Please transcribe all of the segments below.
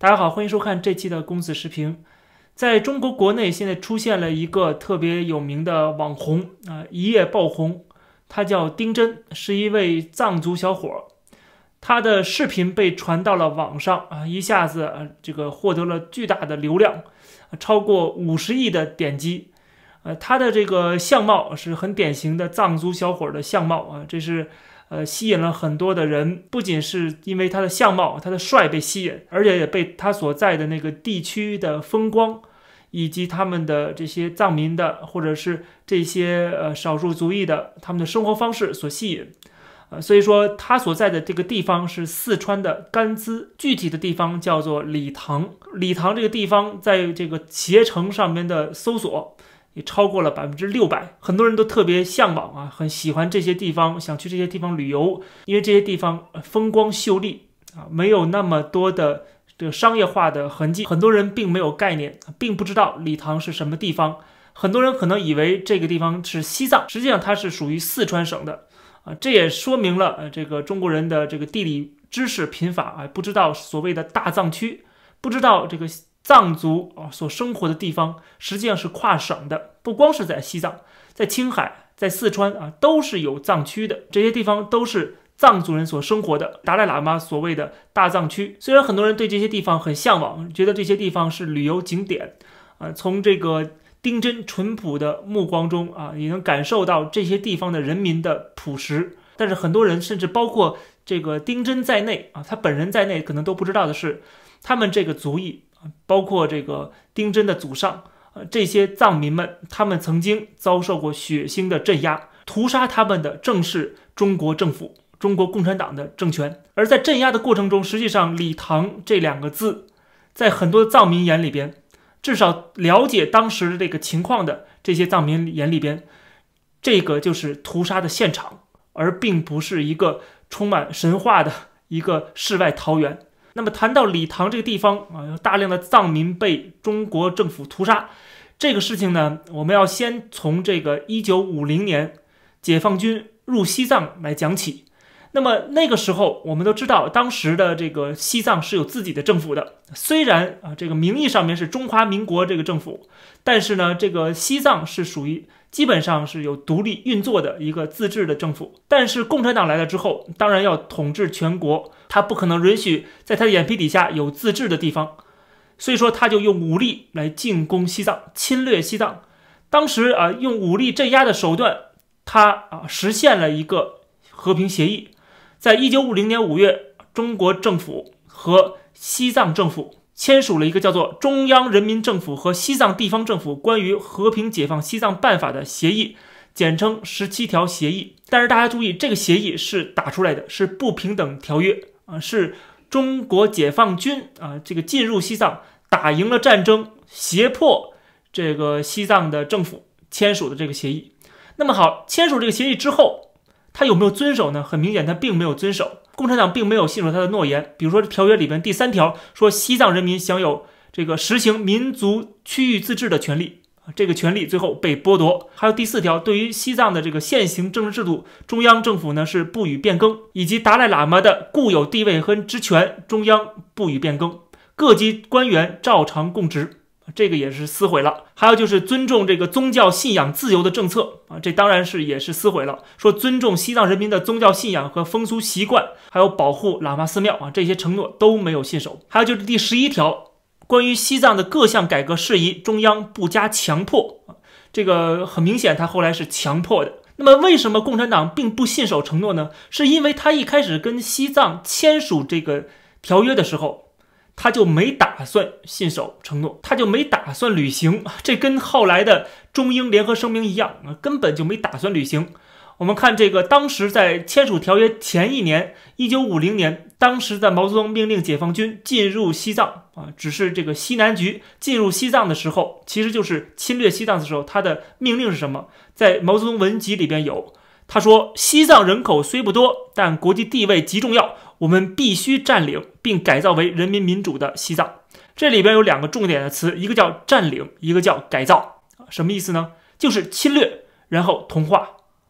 大家好，欢迎收看这期的公子视频。在中国国内，现在出现了一个特别有名的网红一夜爆红，他叫丁真，是一位藏族小伙。他的视频被传到了网上一下子获得了巨大的流量，超过50亿的点击。他的这个相貌是很典型的藏族小伙的相貌这是吸引了很多的人，不仅是因为他的相貌、他的帅被吸引，而且也被他所在的那个地区的风光，以及他们的这些藏民的或者是这些少数族裔的他们的生活方式所吸引。所以说他所在的这个地方是四川的甘孜，具体的地方叫做理塘。理塘这个地方在这个携程上面的搜索也超过了600%，很多人都特别向往很喜欢这些地方，想去这些地方旅游，因为这些地方风光秀丽没有那么多的这个商业化的痕迹，很多人并没有概念，并不知道理塘是什么地方。很多人可能以为这个地方是西藏，实际上它是属于四川省的这也说明了这个中国人的这个地理知识贫乏不知道所谓的大藏区，不知道这个藏族所生活的地方实际上是跨省的，不光是在西藏，在青海、在四川都是有藏区的，这些地方都是藏族人所生活的。达赖喇嘛所谓的大藏区，虽然很多人对这些地方很向往，觉得这些地方是旅游景点从这个丁真淳朴的目光中也能感受到这些地方的人民的朴实。但是很多人甚至包括这个丁真在内他本人在内可能都不知道的是，他们这个族裔包括这个丁真的祖上这些藏民们，他们曾经遭受过血腥的镇压，屠杀他们的正是中国政府、中国共产党的政权。而在镇压的过程中，实际上理塘这2个字在很多藏民眼里边，至少了解当时这个情况的这些藏民眼里边，这个就是屠杀的现场，而并不是一个充满神话的一个世外桃源。那么谈到理塘这个地方有大量的藏民被中国政府屠杀，这个事情呢，我们要先从这个1950年解放军入西藏来讲起。那么那个时候我们都知道，当时的这个西藏是有自己的政府的，虽然这个名义上面是中华民国这个政府，但是呢这个西藏是属于基本上是有独立运作的一个自治的政府。但是共产党来了之后，当然要统治全国，他不可能允许在他的眼皮底下有自治的地方，所以说他就用武力来进攻西藏，侵略西藏。当时用武力镇压的手段，他实现了一个和平协议。在1950年5月，中国政府和西藏政府签署了一个叫做《中央人民政府和西藏地方政府关于和平解放西藏办法》的协议，简称17条协议。但是大家注意，这个协议是打出来的，是不平等条约是中国解放军这个进入西藏，打赢了战争，胁迫这个西藏的政府签署的这个协议。那么好，签署这个协议之后，他有没有遵守呢？很明显他并没有遵守，共产党并没有信守他的诺言。比如说条约里边第3条说，西藏人民享有这个实行民族区域自治的权利，这个权利最后被剥夺。还有第4条，对于西藏的这个现行政治制度，中央政府呢是不予变更，以及达赖喇嘛的固有地位和职权，中央不予变更，各级官员照常供职，这个也是撕毁了。还有就是尊重这个宗教信仰自由的政策这当然是也是撕毁了，说尊重西藏人民的宗教信仰和风俗习惯，还有保护喇嘛寺庙这些承诺都没有信守。还有就是第11条，关于西藏的各项改革事宜，中央不加强迫这个很明显他后来是强迫的。那么为什么共产党并不信守承诺呢？是因为他一开始跟西藏签署这个条约的时候，他就没打算信守承诺，他就没打算履行，这跟后来的中英联合声明一样根本就没打算履行。我们看这个当时在签署条约前一年1950年，当时的毛泽东命令解放军进入西藏只是这个西南局进入西藏的时候，其实就是侵略西藏的时候，他的命令是什么？在毛泽东文集里边有，他说西藏人口虽不多，但国际地位极重要，我们必须占领并改造为人民民主的西藏。这里边有2个重点的词，一个叫占领，一个叫改造。什么意思呢？就是侵略然后同化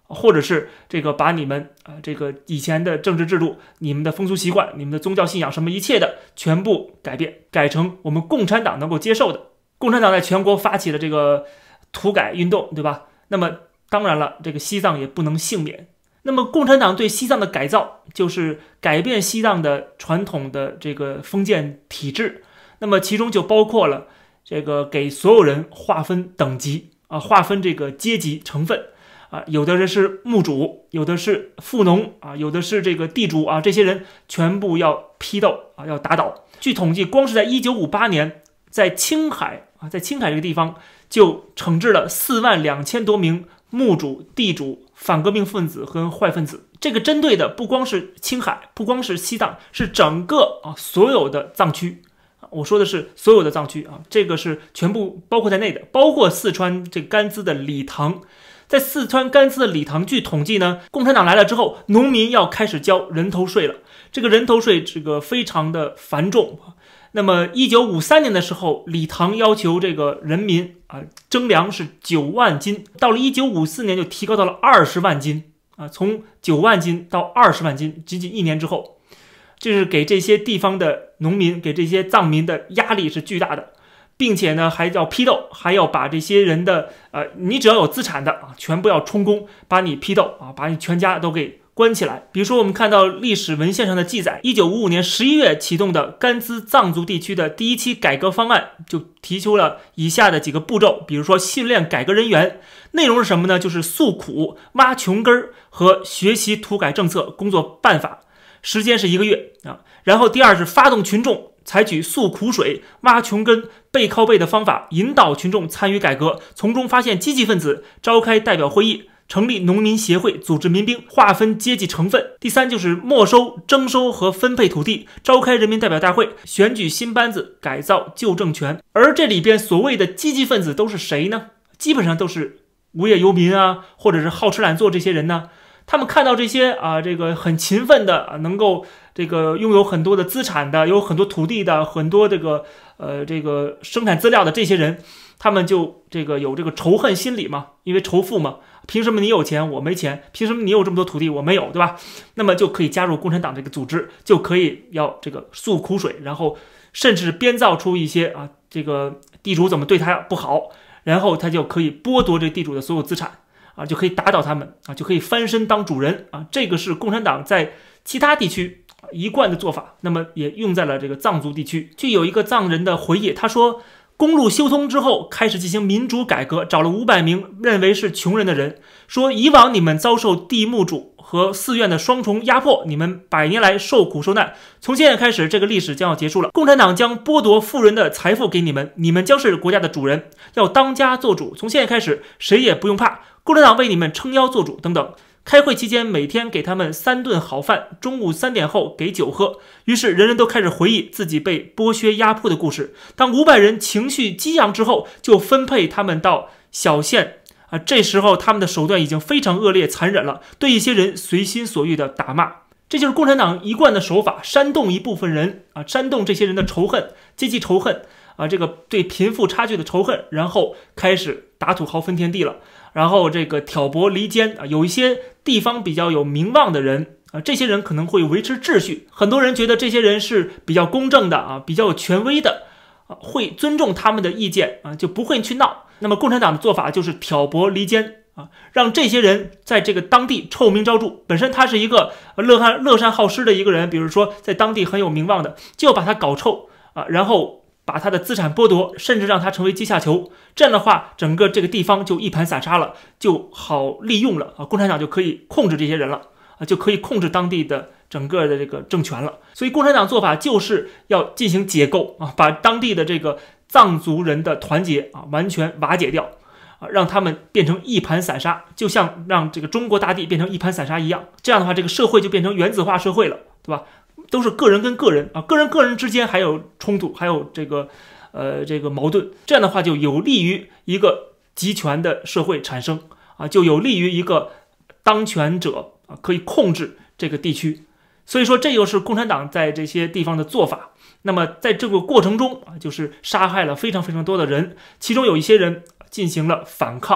或者是这个把你们这个以前的政治制度、你们的风俗习惯、你们的宗教信仰什么一切的全部改变，改成我们共产党能够接受的。共产党在全国发起了这个土改运动，对吧？那么当然了，这个西藏也不能幸免。那么共产党对西藏的改造，就是改变西藏的传统的这个封建体制。那么其中就包括了这个给所有人划分等级划分这个阶级成分有的人是牧主，有的是富农有的是这个地主这些人全部要批斗要打倒。据统计，光是在1958年，在青海这个地方就惩治了42000多名牧主、地主、反革命分子和坏分子。这个针对的不光是青海，不光是西藏，是整个所有的藏区。我说的是所有的藏区这个是全部包括在内的，包括四川这甘孜的理塘。在四川甘孜的理塘，据统计呢，共产党来了之后，农民要开始交人头税了。这个人头税这个非常的繁重。那么1953年的时候，理塘要求这个人民征粮是9万斤，到了1954年就提高到了20万斤从9万斤到20万斤，仅仅1年之后。这是给这些地方的农民，给这些藏民的压力是巨大的，并且呢还要批斗，还要把这些人的你只要有资产的全部要充公，把你批斗把你全家都给关起来。比如说我们看到历史文献上的记载，1955年11月启动的甘孜藏族地区的第一期改革方案就提出了以下的几个步骤。比如说训练改革人员，内容是什么呢？就是诉苦、挖穷根和学习土改政策工作办法，时间是1个月然后第二是发动群众，采取诉苦水、挖穷根、背靠背的方法，引导群众参与改革，从中发现积极分子，召开代表会议，成立农民协会，组织民兵，划分阶级成分。第三就是没收、征收和分配土地，召开人民代表大会，选举新班子，改造旧政权。而这里边所谓的积极分子都是谁呢？基本上都是无业游民或者是好吃懒做这些人呢。他们看到这些这个很勤奋的能够这个拥有很多的资产的，有很多土地的，很多这个生产资料的这些人，他们就这个有这个仇恨心理嘛，因为仇富嘛，凭什么你有钱我没钱？凭什么你有这么多土地我没有，对吧？那么就可以加入共产党这个组织，就可以要这个诉苦水，然后甚至编造出一些这个地主怎么对他不好，然后他就可以剥夺这地主的所有资产就可以打倒他们就可以翻身当主人这个是共产党在其他地区一贯的做法，那么也用在了这个藏族地区。就有一个藏人的回忆，他说公路修通之后开始进行民主改革，找了500名认为是穷人的人，说以往你们遭受地牧主和寺院的双重压迫，你们100年来受苦受难，从现在开始这个历史将要结束了，共产党将剥夺富人的财富给你们，你们将是国家的主人，要当家做主，从现在开始谁也不用怕，共产党为你们撑腰做主等等。开会期间每天给他们3顿好饭，中午3点后给酒喝。于是人人都开始回忆自己被剥削压迫的故事。当500人情绪激昂之后，就分配他们到小县这时候他们的手段已经非常恶劣残忍了，对一些人随心所欲的打骂。这就是共产党一贯的手法，煽动一部分人煽动这些人的仇恨，阶级仇恨这个对贫富差距的仇恨，然后开始打土豪分田地了，然后这个挑拨离间有一些地方比较有名望的人这些人可能会维持秩序，很多人觉得这些人是比较公正的比较有权威的会尊重他们的意见就不会去闹。那么共产党的做法就是挑拨离间让这些人在这个当地臭名昭著，本身他是一个乐善好施的一个人，比如说在当地很有名望的，就要把他搞臭然后把他的资产剥夺，甚至让他成为阶下囚。这样的话整个这个地方就一盘散沙了，就好利用了共产党就可以控制这些人了就可以控制当地的整个的这个政权了。所以共产党做法就是要进行解构把当地的这个藏族人的团结完全瓦解掉让他们变成一盘散沙，就像让这个中国大地变成一盘散沙一样。这样的话这个社会就变成原子化社会了，对吧？都是个人跟个人个人之间还有冲突，还有这个矛盾，这样的话就有利于一个集权的社会产生就有利于一个当权者可以控制这个地区。所以说这就是共产党在这些地方的做法。那么在这个过程中就是杀害了非常非常多的人，其中有一些人进行了反抗，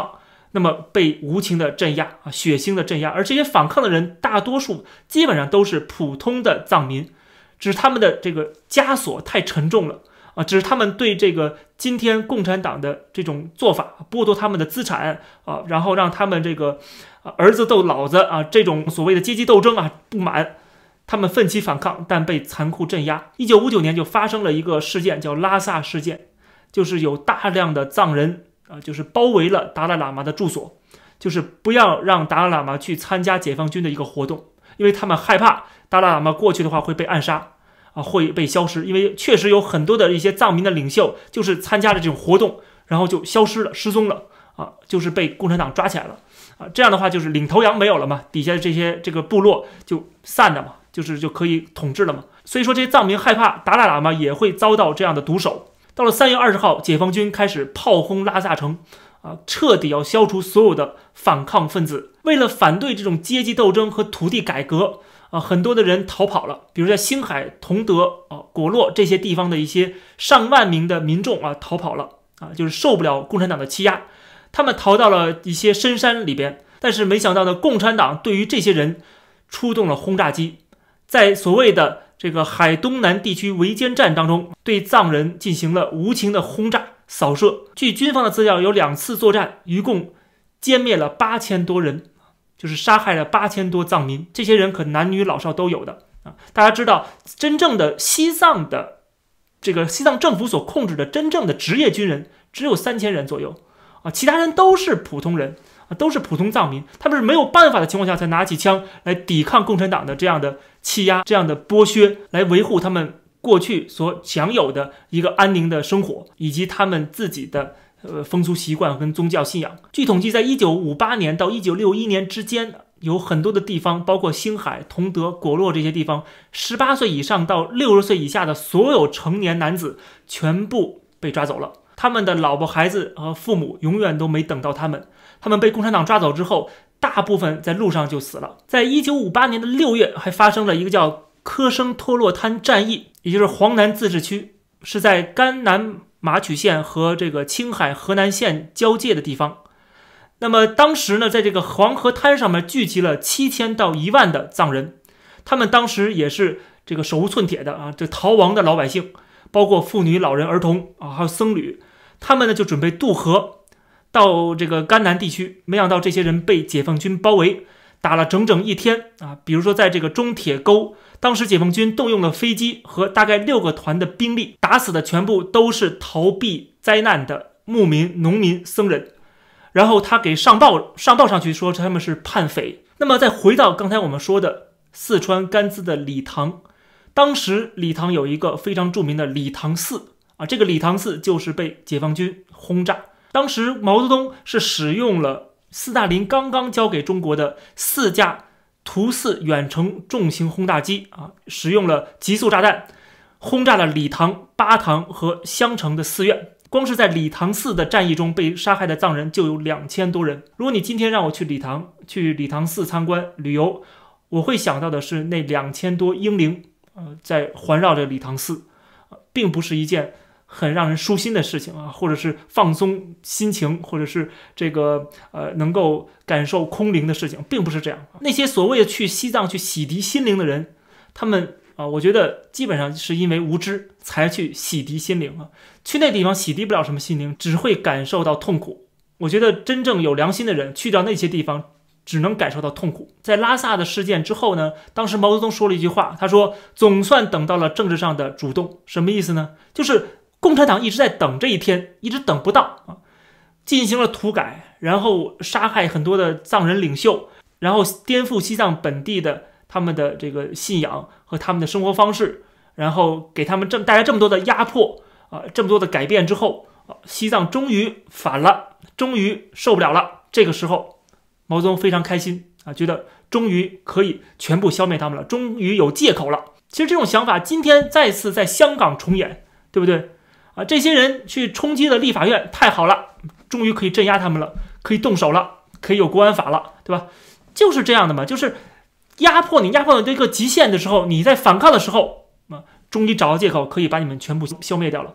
那么被无情的镇压啊，血腥的镇压。而这些反抗的人大多数基本上都是普通的藏民，只是他们的这个枷锁太沉重了啊，只是他们对这个今天共产党的这种做法，剥夺他们的资产啊，然后让他们这个儿子斗老子啊，这种所谓的阶级斗争啊不满，他们奋起反抗，但被残酷镇压。1959年就发生了一个事件，叫拉萨事件，就是有大量的藏人就是包围了达赖喇嘛的住所，就是不要让达赖喇嘛去参加解放军的一个活动，因为他们害怕达赖喇嘛过去的话会被暗杀啊，会被消失。因为确实有很多的一些藏民的领袖就是参加了这种活动，然后就消失了，失踪了啊，就是被共产党抓起来了啊。这样的话就是领头羊没有了嘛，底下的这个部落就散了嘛，就可以统治了嘛。所以说这些藏民害怕达赖喇嘛也会遭到这样的毒手。到了3月20号，解放军开始炮轰拉萨城啊，彻底要消除所有的反抗分子。为了反对这种阶级斗争和土地改革啊，很多的人逃跑了，比如在星海、同德果洛这些地方的一些上万名的民众啊逃跑了啊，就是受不了共产党的欺压，他们逃到了一些深山里边。但是没想到呢，共产党对于这些人出动了轰炸机，在所谓的这个海东南地区围歼战当中，对藏人进行了无情的轰炸扫射。据军方的资料，有2次作战，一共歼灭了8000多人，就是杀害了8000多藏民。这些人可男女老少都有的啊。大家知道，真正的西藏的这个西藏政府所控制的真正的职业军人只有3000人左右啊，其他人都是普通人啊，都是普通藏民。他们是没有办法的情况下才拿起枪来抵抗共产党的这样的欺压，这样的剥削，来维护他们过去所享有的一个安宁的生活，以及他们自己的风俗习惯跟宗教信仰。据统计，在1958年到1961年之间，有很多的地方，包括星海、同德、果洛这些地方，18岁以上到60岁以下的所有成年男子全部被抓走了。他们的老婆孩子和父母永远都没等到他们被共产党抓走之后，大部分在路上就死了。在1958年的6月，还发生了一个叫科生托洛滩战役，也就是黄南自治区，是在甘南马曲县和这个青海河南县交界的地方。那么当时呢，在这个黄河滩上面聚集了7000到1万的藏人，他们当时也是这个手无寸铁的啊，这逃亡的老百姓，包括妇女、老人、儿童啊，还有僧侣，他们呢就准备渡河到这个甘南地区。没想到这些人被解放军包围，打了整整1天啊。比如说在这个中铁沟，当时解放军动用了飞机和大概6个团的兵力，打死的全部都是逃避灾难的牧民、农民、僧人。然后他给上报上去说他们是叛匪。那么再回到刚才我们说的四川甘孜的理塘，当时理塘有一个非常著名的理塘寺啊，这个理塘寺就是被解放军轰炸。当时毛泽东是使用了斯大林刚刚交给中国的4架图4远程重型轰炸机啊，使用了极速炸弹轰炸了理塘、巴塘和襄城的寺院。光是在理塘寺的战役中被杀害的藏人就有2000多人。如果你今天让我去理塘寺参观旅游，我会想到的是那2000多英灵在环绕着理塘寺，并不是一件很让人舒心的事情啊，或者是放松心情，或者是这个能够感受空灵的事情，并不是这样。那些所谓的去西藏去洗涤心灵的人，他们我觉得基本上是因为无知才去洗涤心灵啊，去那地方洗涤不了什么心灵，只会感受到痛苦。我觉得真正有良心的人去到那些地方只能感受到痛苦。在拉萨的事件之后呢，当时毛泽东说了一句话，他说总算等到了政治上的主动。什么意思呢？就是共产党一直在等这一天，一直等不到啊，进行了土改，然后杀害很多的藏人领袖，然后颠覆西藏本地的他们的这个信仰和他们的生活方式，然后给他们带来这么多的压迫这么多的改变之后西藏终于反了，终于受不了了。这个时候毛泽东非常开心觉得终于可以全部消灭他们了，终于有借口了。其实这种想法今天再次在香港重演，对不对这些人去冲击了立法院，太好了，终于可以镇压他们了，可以动手了，可以有国安法了，对吧？就是这样的嘛，就是压迫你这个极限的时候，你在反抗的时候终于找到借口可以把你们全部消灭掉了。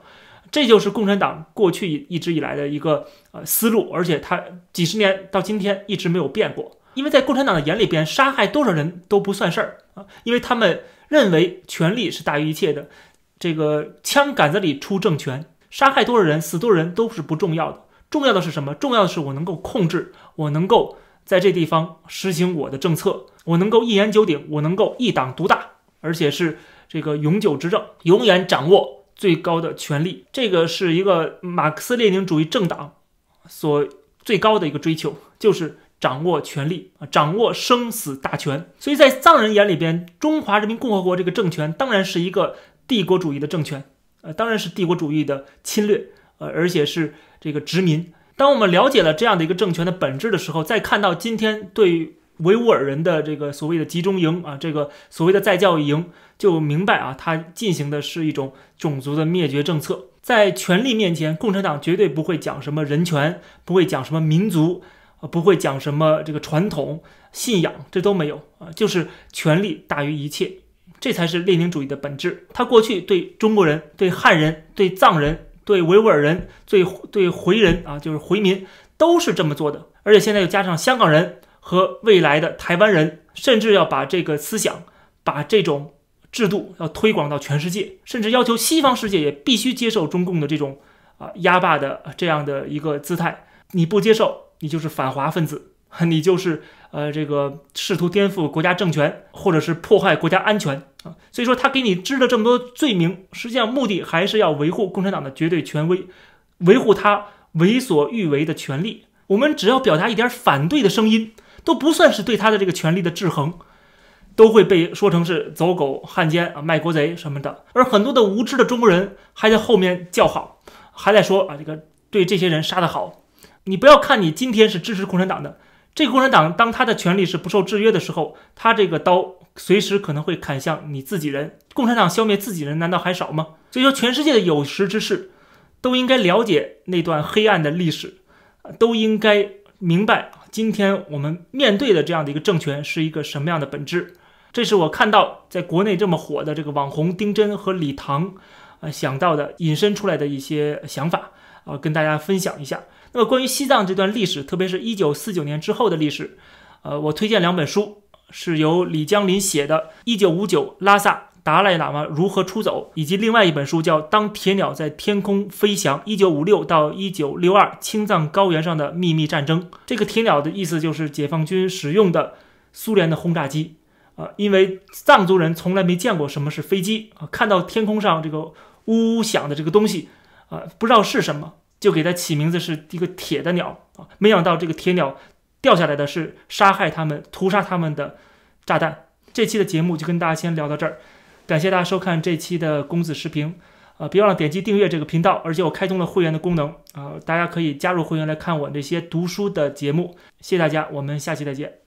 这就是共产党过去一直以来的一个思路，而且它几十年到今天一直没有变过。因为在共产党的眼里边，杀害多少人都不算事儿啊，因为他们认为权力是大于一切的。这个枪杆子里出政权，杀害多少人、死多少人都是不重要的，重要的是什么？重要的是我能够控制，我能够在这地方实行我的政策，我能够一言九鼎，我能够一党独大，而且是这个永久执政，永远掌握最高的权力。这个是一个马克思列宁主义政党所最高的一个追求，就是掌握权力，掌握生死大权。所以在藏人眼里边，中华人民共和国这个政权当然是一个帝国主义的政权，当然是帝国主义的侵略，而且是这个殖民。当我们了解了这样的一个政权的本质的时候，再看到今天对维吾尔人的这个所谓的集中营啊，这个所谓的再教育营，就明白啊，它进行的是一种种族的灭绝政策。在权力面前，共产党绝对不会讲什么人权，不会讲什么民族，不会讲什么这个传统信仰，这都没有啊，就是权力大于一切，这才是列宁主义的本质。他过去对中国人、对汉人、对藏人、对维吾尔人、对回人啊，就是回民，都是这么做的。而且现在又加上香港人和未来的台湾人，甚至要把这个思想、把这种制度要推广到全世界，甚至要求西方世界也必须接受中共的这种压霸的这样的一个姿态。你不接受，你就是反华分子，你就是这个试图颠覆国家政权，或者是破坏国家安全啊。所以说他给你支了这么多罪名，实际上目的还是要维护共产党的绝对权威，维护他为所欲为的权利。我们只要表达一点反对的声音，都不算是对他的这个权力的制衡，都会被说成是走狗、汉奸啊、卖国贼什么的。而很多的无知的中国人还在后面叫好，还在说这个对这些人杀得好。你不要看你今天是支持共产党的，这个共产党当他的权力是不受制约的时候，他这个刀随时可能会砍向你自己人。共产党消灭自己人难道还少吗？所以说全世界的有识之士都应该了解那段黑暗的历史，都应该明白今天我们面对的这样的一个政权是一个什么样的本质。这是我看到在国内这么火的这个网红丁真和李唐想到的引申出来的一些想法跟大家分享一下。那么关于西藏这段历史，特别是1949年之后的历史，我推荐2本书，是由李江林写的1959拉萨达赖喇嘛如何出走，以及另外一本书叫当铁鸟在天空飞翔1956到1962青藏高原上的秘密战争。这个铁鸟的意思就是解放军使用的苏联的轰炸机因为藏族人从来没见过什么是飞机看到天空上这个呜呜响的这个东西不知道是什么，就给它起名字是一个铁的鸟没想到这个铁鸟掉下来的是杀害他们、屠杀他们的炸弹。这期的节目就跟大家先聊到这儿，感谢大家收看这期的公子时评别忘了点击订阅这个频道，而且我开通了会员的功能大家可以加入会员来看我这些读书的节目。谢谢大家，我们下期再见。